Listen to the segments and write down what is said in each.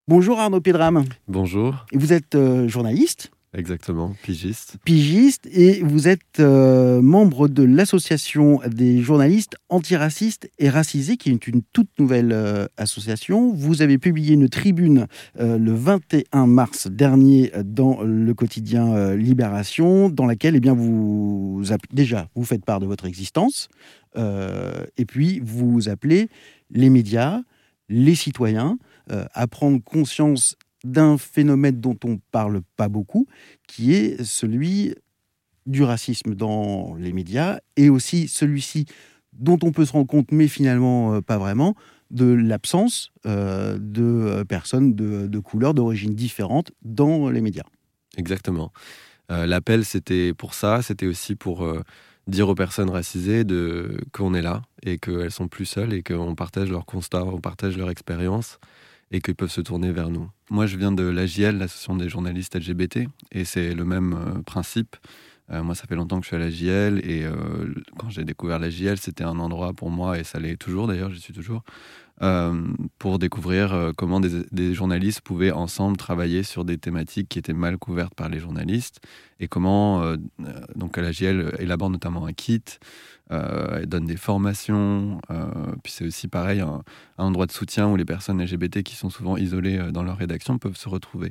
Bonjour Arnaud Pédrame. Bonjour, Vous êtes journaliste, exactement, pigiste. pigiste et vous êtes membre de l'association des journalistes antiracistes et racisés, qui est une toute nouvelle association. Vous avez publié une tribune le 21 mars dernier dans le quotidien Libération, dans laquelle déjà vous faites part de votre existence et puis vous appelez les médias, les citoyens à prendre conscience d'un phénomène dont on ne parle pas beaucoup, qui est celui du racisme dans les médias, et aussi celui-ci dont on peut se rendre compte, mais finalement pas vraiment, de l'absence de personnes de couleurs, d'origines différentes dans les médias. Exactement. L'appel, c'était pour ça, c'était aussi pour dire aux personnes racisées qu'on est là et qu'elles sont plus seules et qu'on partage leurs constats, on partage leur expérience et qu'ils peuvent se tourner vers nous. Moi, je viens de l'AJL, l'Association des journalistes LGBT, et c'est le même principe. Moi, ça fait longtemps que je suis à l'AJL, et quand j'ai découvert l'AJL, c'était un endroit pour moi, et ça l'est toujours d'ailleurs, j'y suis toujours, pour découvrir comment des journalistes pouvaient ensemble travailler sur des thématiques qui étaient mal couvertes par les journalistes, et comment, donc à l'AJL, élabore notamment un kit, elle donne des formations, puis c'est aussi pareil, un endroit de soutien où les personnes LGBT qui sont souvent isolées dans leur rédaction peuvent se retrouver.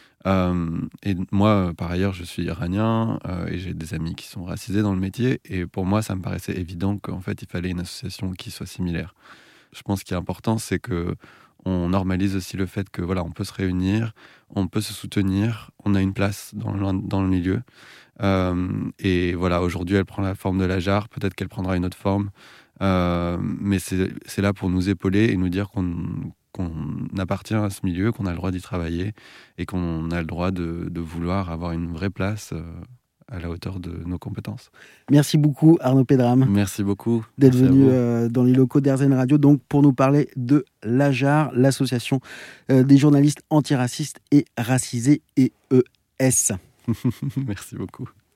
Et moi, par ailleurs, je suis iranien et j'ai des amis qui sont racisés dans le métier, et pour moi, ça me paraissait évident qu'en fait, il fallait une association qui soit similaire. Je pense qu'il est important, c'est que on normalise aussi le fait que voilà, on peut se réunir, on peut se soutenir, on a une place dans le milieu. Et voilà, aujourd'hui, elle prend la forme de la jarre, peut-être qu'elle prendra une autre forme, mais c'est là pour nous épauler et nous dire qu'on appartient à ce milieu, qu'on a le droit d'y travailler et qu'on a le droit de vouloir avoir une vraie place à la hauteur de nos compétences. Merci beaucoup Arnaud Pédrame Merci beaucoup. d'être Merci à venu vous. dans les locaux d'RZN Radio, donc pour nous parler de l'AJAR, l'association des journalistes antiracistes et racisés, EES. Merci beaucoup.